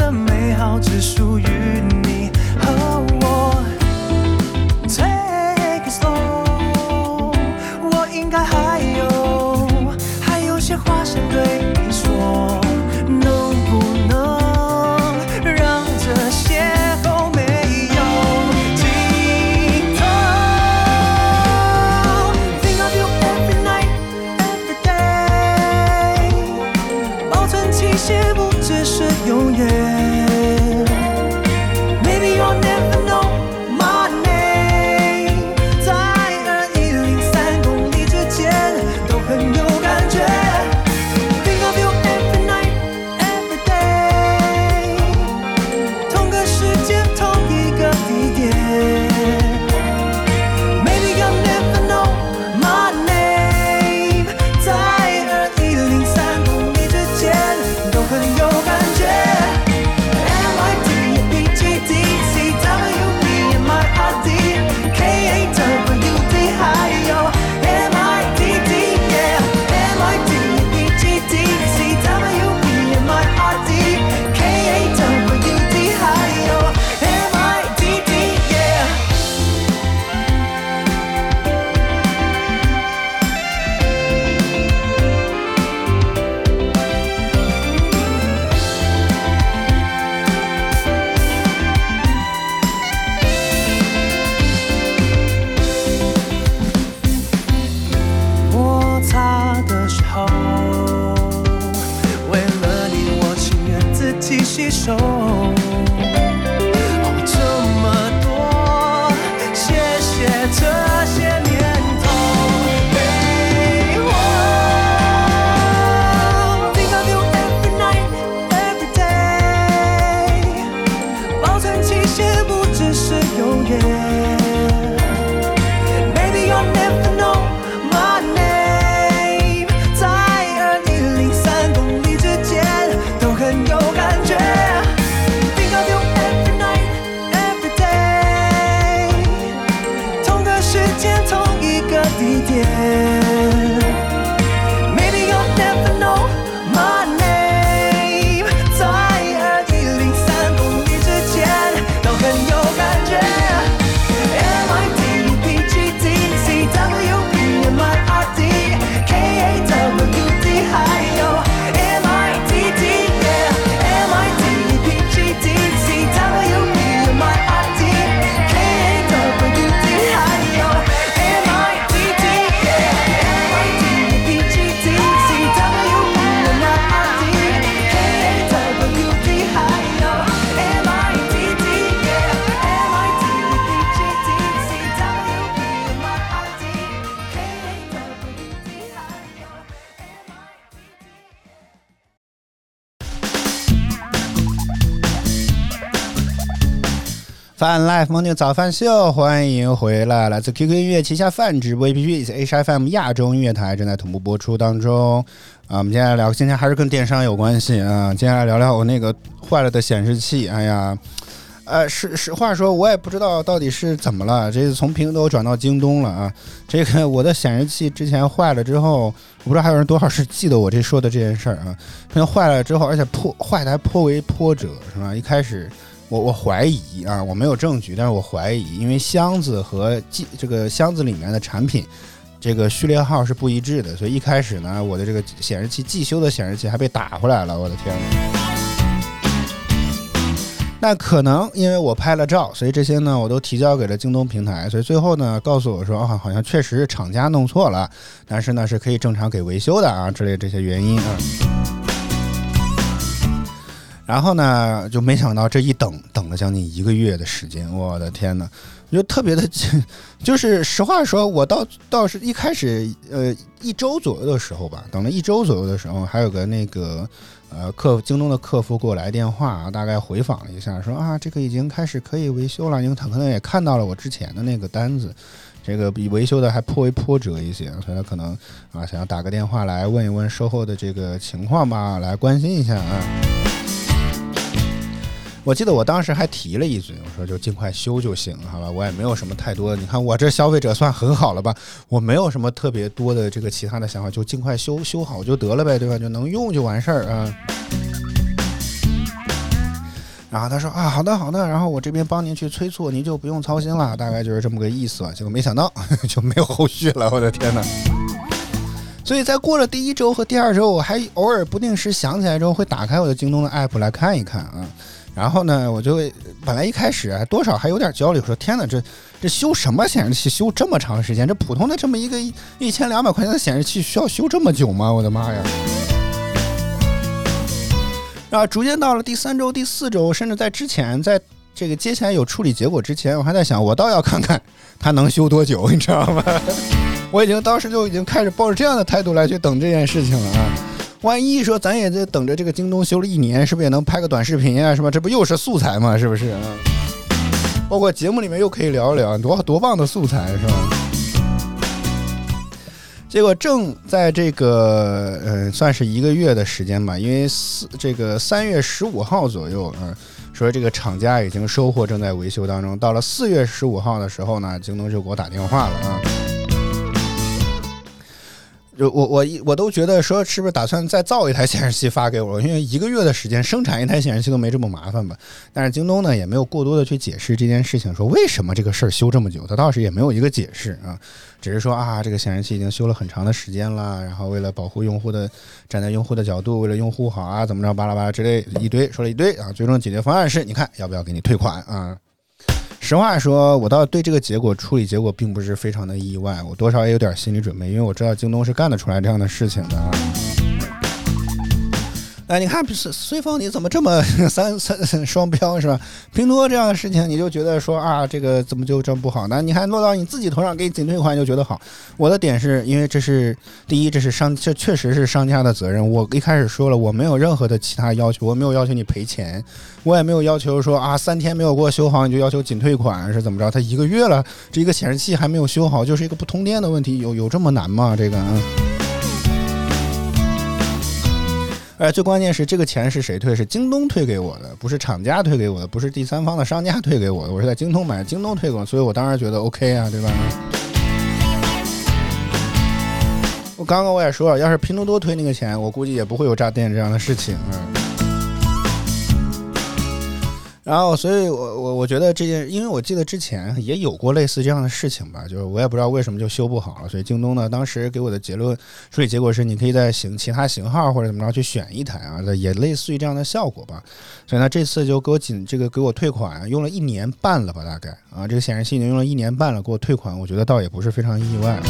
Fun Life Morning 早饭秀，欢迎回来！来自 QQ 音乐旗下泛直播 APP HFM 亚洲音乐台正在同步播出当中。我们接下来聊，今天还是跟电商有关系啊。接下来聊聊我那个坏了的显示器。哎呀，实话说，我也不知道到底是怎么了。这是从拼多多转到京东了啊。这个我的显示器之前坏了之后，我不知道还有人多少是记得我这说的这件事儿啊。可能坏了之后，而且坏的还颇为波折，是吧？一开始。我怀疑啊，我没有证据，但是我怀疑，因为箱子和这个箱子里面的产品，这个序列号是不一致的，所以一开始呢，我的这个显示器寄修的显示器还被打回来了，我的天哪！那可能因为我拍了照，所以这些呢我都提交给了京东平台，所以最后呢告诉我说啊，好像确实是厂家弄错了，但是呢是可以正常给维修的啊，之类这些原因啊。然后呢，就没想到这一等了将近1个月的时间，我的天哪！我就特别的，就是实话说，我倒是一开始1周左右的时候吧，等了1周左右的时候，还有个那个京东的客服给我来电话，大概回访了一下，说啊这个已经开始可以维修了，因为他可能也看到了我之前的那个单子。这个比维修的还颇为波折一些，所以他可能啊想要打个电话来问一问售后的这个情况吧，来关心一下啊。我记得我当时还提了一嘴，我说就尽快修就行，好吧？我也没有什么太多的，你看我这消费者算很好了吧？我没有什么特别多的这个其他的想法，就尽快修好就得了呗，对吧？就能用就完事儿啊。然后他说啊，好的，然后我这边帮您去催促，您就不用操心了，大概就是这么个意思吧。结果没想到就没有后续了，我的天哪！所以在过了第1周和第2周，我还偶尔不定时想起来之后，会打开我的京东的 app 来看一看啊。然后呢，我就本来一开始多少还有点焦虑，我说天哪，这修什么显示器修这么长时间？这普通的这么一个1200块钱的显示器需要修这么久吗？我的妈呀！然后逐渐到了第3周、第4周，甚至在之前，在这个接下来有处理结果之前，我还在想，我倒要看看它能修多久，你知道吗？我当时就已经开始抱着这样的态度来去等这件事情了啊。万一说咱也在等着这个京东修了1年，是不是也能拍个短视频啊？是吧？这不又是素材吗？是不是？包括节目里面又可以聊一聊，多棒的素材，是吧？结果正在这个算是1个月的时间吧，因为3月15号左右说这个厂家已经收货，正在维修当中。到了4月15号的时候呢，京东就给我打电话了啊。就我都觉得说是不是打算再造一台显示器发给我，因为1个月的时间生产一台显示器都没这么麻烦吧。但是京东呢也没有过多的去解释这件事情，说为什么这个事儿修这么久，他倒是也没有一个解释啊，只是说啊这个显示器已经修了很长的时间了，然后为了保护用户的，站在用户的角度，为了用户好啊怎么着巴拉巴拉之类说了一堆啊，最终解决方案是你看要不要给你退款啊。实话说，我倒对这个处理结果并不是非常的意外，我多少也有点心理准备，因为我知道京东是干得出来这样的事情的。你看随风你怎么这么三双标是吧？拼多多这样的事情你就觉得说啊这个怎么就这么不好呢？你还落到你自己头上给你仅退款就觉得好。我的点是因为这是第一，这确实是商家的责任。我一开始说了，我没有任何的其他要求，我没有要求你赔钱，我也没有要求说啊3天没有给我修好你就要求仅退款是怎么着？他1个月了，这一个显示器还没有修好，就是一个不通电的问题，有这么难吗？这个最关键是这个钱是谁退？是京东退给我的，不是厂家退给我的，不是第三方的商家退给我的，我是在京东买，京东退给我，所以我当然觉得 OK 啊，对吧？我刚刚我也说了，要是拼多多退那个钱，我估计也不会有炸店这样的事情。然后，所以我觉得这件，因为我记得之前也有过类似这样的事情吧，就是我也不知道为什么就修不好了，所以京东呢当时给我的处理结果是，你可以在其他型号或者怎么着去选一台啊，也类似于这样的效果吧。所以呢，这次就给我退款，用了1年半了吧，大概啊，这个显示器已经用了1年半了，给我退款，我觉得倒也不是非常意外。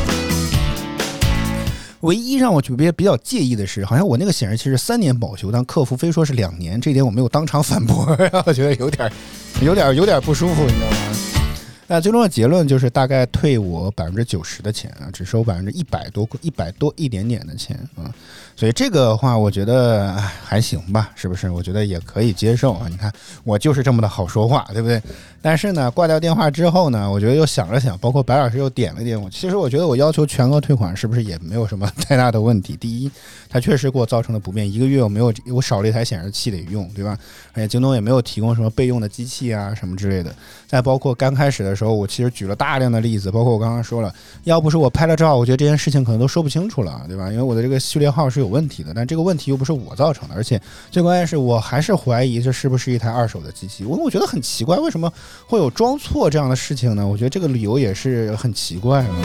唯一让我比较介意的是，好像我那个显示器是3年保修，但客服非说是2年，这点我没有当场反驳，我觉得有点不舒服，你知道吗？ 那最终的结论就是大概退我90%的钱啊，只收100多一点点的钱啊，所以这个话我觉得还行吧，是不是？我觉得也可以接受啊。你看我就是这么的好说话，对不对？但是呢，挂掉电话之后呢，我觉得又想了想，包括白老师又点了点我，其实我觉得我要求全额退款是不是也没有什么太大的问题？第一，它确实给我造成了不便，1个月我少了一台显示器得用，对吧？而且京东也没有提供什么备用的机器啊什么之类的。再包括刚开始的时候，我其实举了大量的例子，包括我刚刚说了，要不是我拍了照，我觉得这件事情可能都说不清楚了，对吧？因为我的这个序列号是有问题的，但这个问题又不是我造成的，而且最关键是我还是怀疑这是不是一台二手的机器。我觉得很奇怪，为什么会有装错这样的事情呢？我觉得这个理由也是很奇怪的。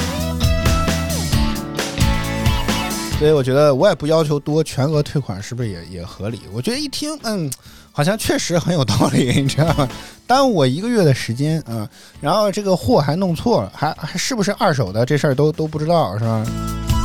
所以我觉得我也不要求多，全额退款是不是也合理？我觉得一听，好像确实很有道理，你知道吗？耽误我1个月的时间啊，然后这个货还弄错了，还是不是二手的这事儿都不知道，是吧？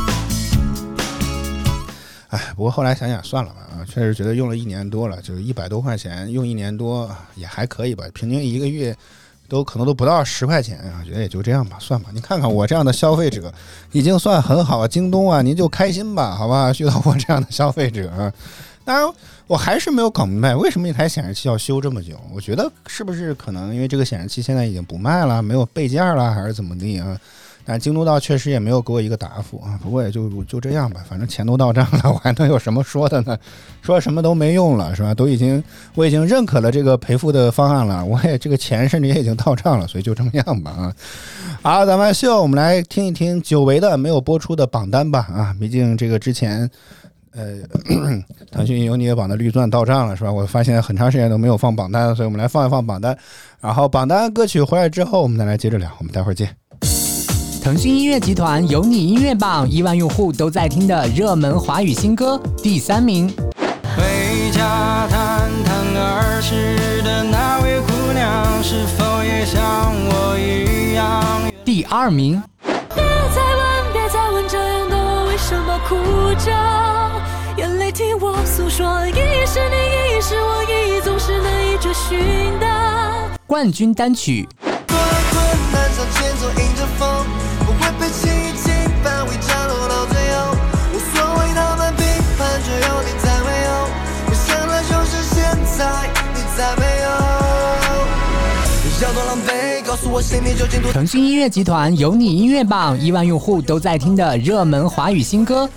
不过后来想想算了吧啊，确实觉得用了1年多了，就是100多块钱用1年多也还可以吧，平均1个月可能都不到10块钱啊，觉得也就这样吧，算吧。你看看我这样的消费者已经算很好，京东啊您就开心吧，好吧？遇到我这样的消费者啊，当然我还是没有搞明白为什么一台显示器要修这么久。我觉得是不是可能因为这个显示器现在已经不卖了，没有备件了，还是怎么地啊？但京东倒确实也没有给我一个答复啊，不过也就这样吧，反正钱都到账了，我还能有什么说的呢？说什么都没用了，是吧？我已经认可了这个赔付的方案了，我也这个钱甚至也已经到账了，所以就这么样吧啊。好，咱们秀，我们来听一听久违的没有播出的榜单吧啊，毕竟这个之前腾讯有你也榜的绿钻到账了，是吧？我发现很长时间都没有放榜单，所以我们来放一放榜单，然后榜单歌曲回来之后我们再来接着聊，我们待会儿见。 腾讯音乐集团有你音乐榜1万用户都在听的热门华语新歌第3名。 回家谈谈儿时的那位姑娘，是否也像我一样？ 第2名。 别再问，这样的我为什么哭着？眼泪听我诉说，一是你，一是我，一总是难以追寻的。 冠军单曲。 过了困难向前走，迎着风，不会被轻易击败，会战斗到最后。无所谓他们批判，只有你才没有。我想的就是现在，你才没有。要多浪费，告诉我心里究竟多。 腾讯音乐集团有你音乐榜1万用户都在听的热门华语新歌。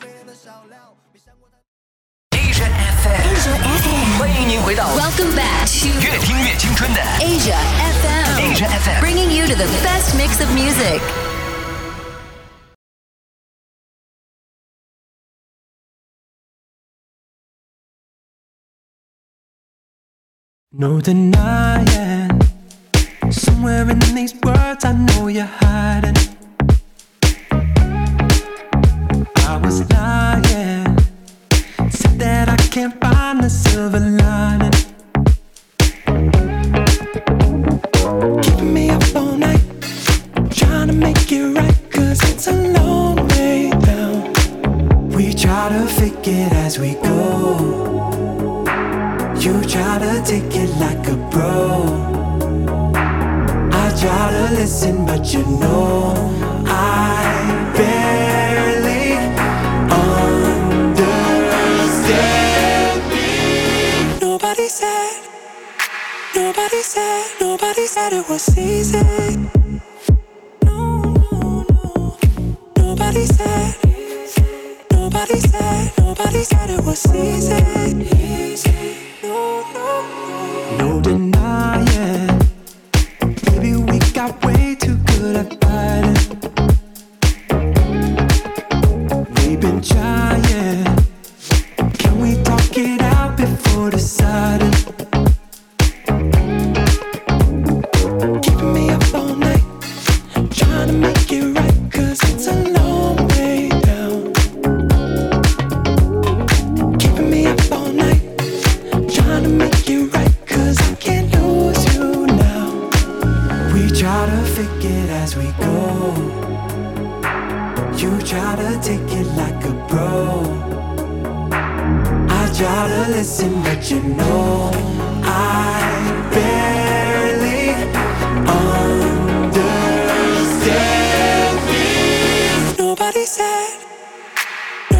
Asia FM， 欢迎您回到 Welcome back to 越听越青春的 Asia Asia FM， FM，bringing you to the best mix of music. No denying, somewhere in these words I know you're hiding. I was lying, said that I can't find the silver lining. Keeping me up all night, trying to make it right, 'cause it's a long way down. We try to fake it as we go. You try to take it like a pro. I try to listen, but you know I barely understand me. Nobody said it was easy. No, no, no. Nobody said it was easy. No denying, baby, we got way too good at fighting. We've been trying, can we talk it out before deciding? Keeping me up all night, trying to make it right, 'cause it's a long way down. Keeping me up all night, trying to make it right, 'cause I can't lose you now. We try to fake it as we go. You try to take it like a pro. I try to listen, but you know I barely understand.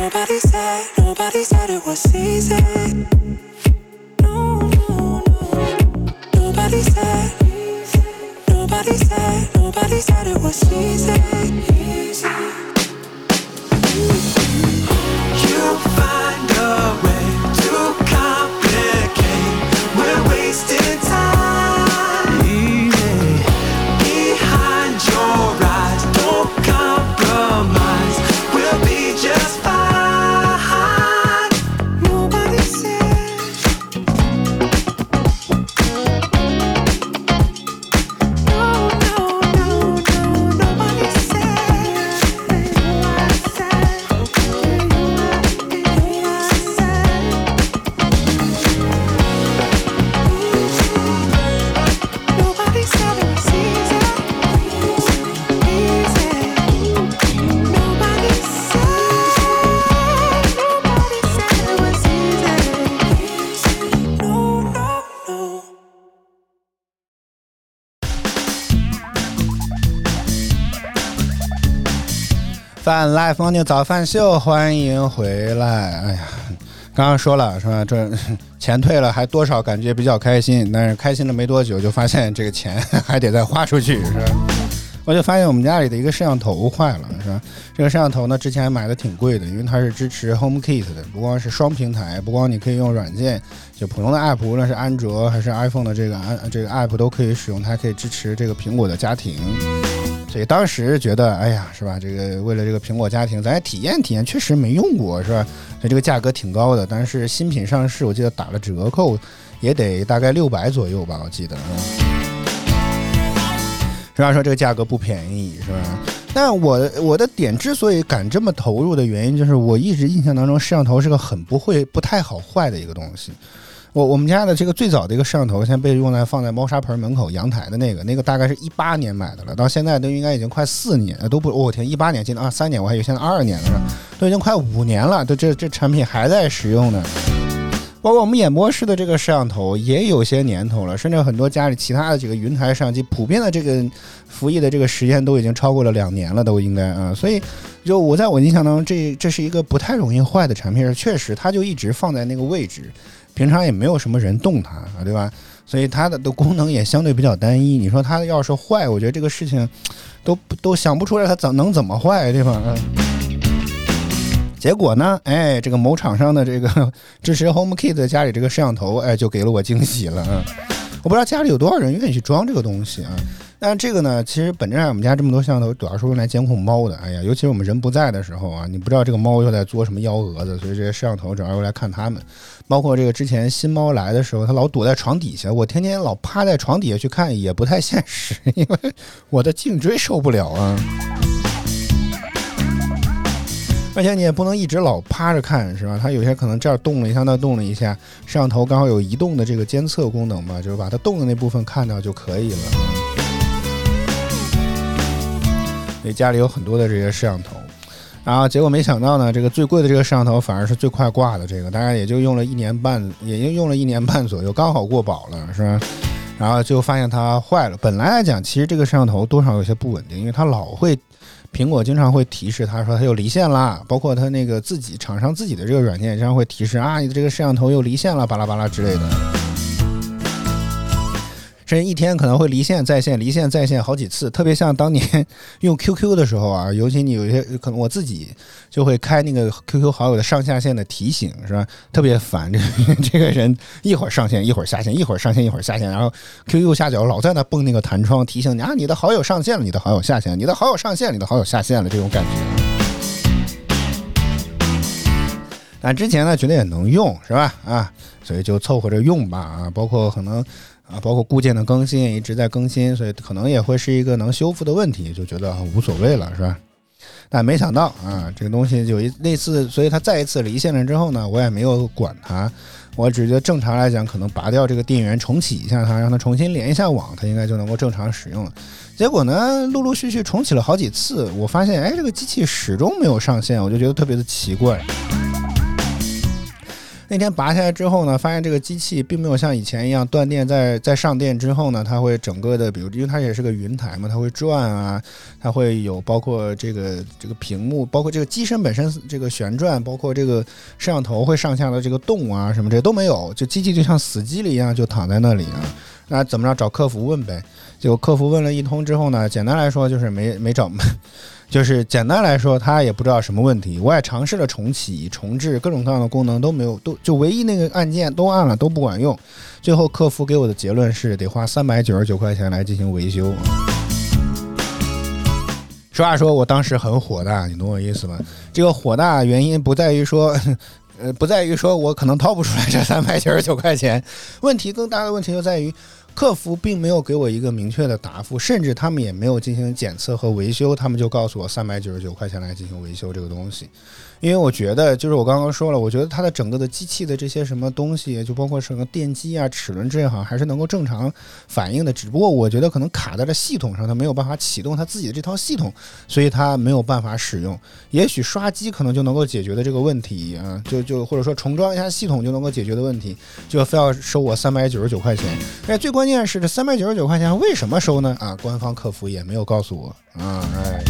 Nobody said it was easy. No, no, no. Nobody said it was easy. You find a way to complicate. We're wasting time. Behind your eyes, don't compromise. We'll be just fine. Nobody said. No, no, no, no. Nobody said. Nobody said it was easy. Easy. Nobody said it was easy. No, no, no. Fun Life Morning 早饭秀，欢迎回来。哎呀，刚刚说了是吧？这钱退了，还多少感觉比较开心，但是开心了没多久，就发现这个钱还得再花出去，是吧？我就发现我们家里的一个摄像头坏了，是吧？这个摄像头呢，之前买的挺贵的，因为它是支持 HomeKit 的，不光是双平台，不光你可以用软件，就普通的 app， 无论是安卓还是 iPhone 的这个 app 都可以使用，它可以支持这个苹果的家庭。所以当时觉得，哎呀，是吧？这个为了这个苹果家庭，咱也体验体验，确实没用过，是吧？所以这个价格挺高的，但是新品上市，我记得打了折扣，也得大概600左右吧，我记得。实际上说这个价格不便宜，是吧？但我的点之所以敢这么投入的原因，就是我一直印象当中，摄像头是个不太好坏的一个东西。我们家的这个最早的一个摄像头，现在被用来放在猫砂盆门口阳台的那个大概是18年买的了，到现在都应该已经快4年，都不，我天，18年进了23年，我还以为现在22年了，都已经快5年了，都这产品还在使用呢。包括我们演播室的这个摄像头也有些年头了，甚至很多家里其他的这个云台摄像机普遍的这个服役的这个时间都已经超过了2年了，都应该啊。所以就我在我印象当中，这是一个不太容易坏的产品，确实它就一直放在那个位置，平常也没有什么人动它啊，对吧？所以它的功能也相对比较单一。你说它要是坏，我觉得这个事情都想不出来它怎么坏，对吧？结果呢，哎，这个某厂商的这个支持 HomeKit 的家里这个摄像头，哎，就给了我惊喜了啊！我不知道家里有多少人愿意去装这个东西啊。但这个呢，其实本质上我们家这么多摄像头，主要是用来监控猫的。哎呀，尤其是我们人不在的时候啊，你不知道这个猫又在作什么幺蛾子，所以这些摄像头主要用来看它们。包括这个之前新猫来的时候，它老躲在床底下，我天天老趴在床底下去看，也不太现实，因为我的颈椎受不了啊。而且你也不能一直老趴着看，是吧？它有些可能这儿动了一下，那动了一下，摄像头刚好有移动的这个监测功能嘛，就是把它动的那部分看到就可以了。所以家里有很多的这些摄像头，然后结果没想到呢，这个最贵的这个摄像头反而是最快挂的这个，大概也就用了1年半左右，刚好过保了，是吧？然后就发现它坏了。本来来讲，其实这个摄像头多少有些不稳定，因为它老会。苹果经常会提示他说它又离线了，包括它那个厂商自己的这个软件经常会提示啊，你的这个摄像头又离线了，巴拉巴拉之类的。甚至一天可能会离线在线好几次，特别像当年用 QQ 的时候啊，尤其你有一些可能我自己就会开那个 QQ 好友的上下线的提醒，是吧？特别烦，这个人一会儿上线一会儿下线，一会儿上线一会儿下线，然后 QQ 下角老在那蹦那个弹窗提醒你啊，你的好友上线了，你的好友下线，你的好友上线，你的好友下线了，这种感觉。但之前呢觉得也能用，是吧？啊，所以就凑合着用吧啊，包括可能。包括固件的更新也一直在更新，所以可能也会是一个能修复的问题，就觉得无所谓了，是吧？但没想到啊，这个东西有类似，所以它再一次离线了之后呢，我也没有管它，我只觉得正常来讲，可能拔掉这个电源，重启一下它，让它重新连一下网，它应该就能够正常使用了。结果呢，陆陆续续重启了好几次，我发现，哎，这个机器始终没有上线，我就觉得特别的奇怪。 那天拔下来之后呢，发现这个机器并没有像以前一样断电，在上电之后呢，它会整个的，比如因为它也是个云台嘛，它会转啊，它会有包括这个屏幕，包括这个机身本身这个旋转，包括这个摄像头会上下的这个动啊什么这些都没有，就机器就像死机了一样就躺在那里啊。那怎么着找客服问呗？结果客服问了一通之后呢，简单来说就是没找。就是简单来说，他也不知道什么问题。我也尝试了重启、重置，各种各样的功能都没有，就唯一那个按键都按了都不管用。最后客服给我的结论是得花399块钱来进行维修。实话说，我当时很火大，你懂我意思吗？这个火大原因不在于说我可能掏不出来这399块钱，问题更大的问题就在于。客服并没有给我一个明确的答复，甚至他们也没有进行检测和维修，他们就告诉我399块钱来进行维修这个东西。因为我觉得就是我刚刚说了，我觉得它的整个的机器的这些什么东西，就包括什么电机啊、齿轮这些好像还是能够正常反应的，只不过我觉得可能卡在了系统上，它没有办法启动它自己的这套系统，所以它没有办法使用。也许刷机可能就能够解决的这个问题啊，就或者说重装一下系统就能够解决的问题，就非要收我399块钱。而且最关键是这399块钱为什么收呢？啊，官方客服也没有告诉我啊，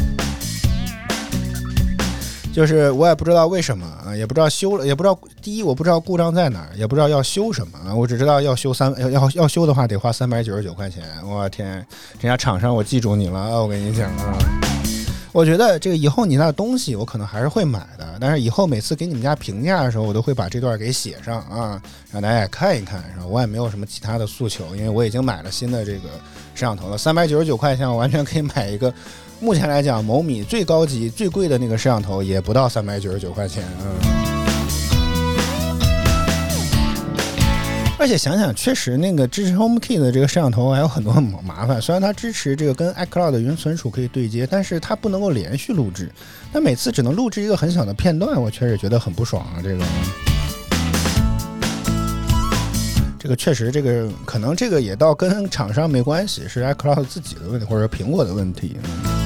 就是我也不知道为什么啊，也不知道修了，也不知道第一我不知道故障在哪儿，也不知道要修什么啊，我只知道要修的话得花399块钱。我天，人家厂商我记住你了啊，我跟你讲啊。我觉得这个以后你那东西我可能还是会买的，但是以后每次给你们家评价的时候，我都会把这段给写上啊，让大家也看一看。然后我也没有什么其他的诉求，因为我已经买了新的这个摄像头了，399块钱我完全可以买一个。目前来讲，某米最高级、最贵的那个摄像头也不到399块钱而且想想，确实那个支持 HomeKit 的这个摄像头还有很多麻烦。虽然它支持这个跟 iCloud 的云存储可以对接，但是它不能够连续录制，它每次只能录制一个很小的片段，我确实觉得很不爽啊。这个确实，这个可能这个也倒跟厂商没关系，是 iCloud 自己的问题，或者苹果的问题。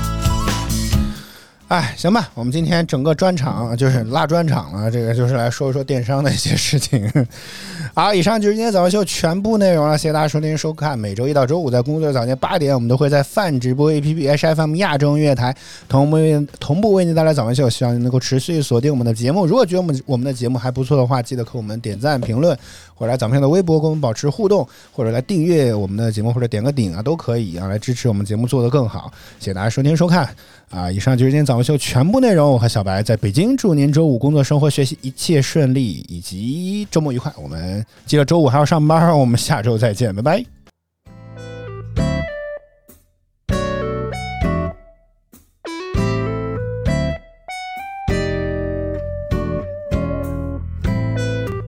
哎，行吧，我们今天整个专场就是拉专场了，这个就是来说一说电商的一些事情。好，以上就是今天早上秀全部内容了，谢谢大家收听收看。每周一到周五在工作日早间8点，我们都会在泛直播 APP HFM 亚洲音乐台同步为您带来早上秀，希望您能够持续锁定我们的节目。如果觉得我们的节目还不错的话，记得给我们点赞、评论，或者来早上秀的微博跟我们保持互动，或者来订阅我们的节目，或者点个顶啊，都可以啊，来支持我们节目做得更好。谢谢大家收听收看啊！以上就是今天早上秀全部内容。我和小白在北京，祝您周五工作、生活、学习一切顺利，以及周末愉快。我们记得周五还要上班，我们下周再见，拜拜。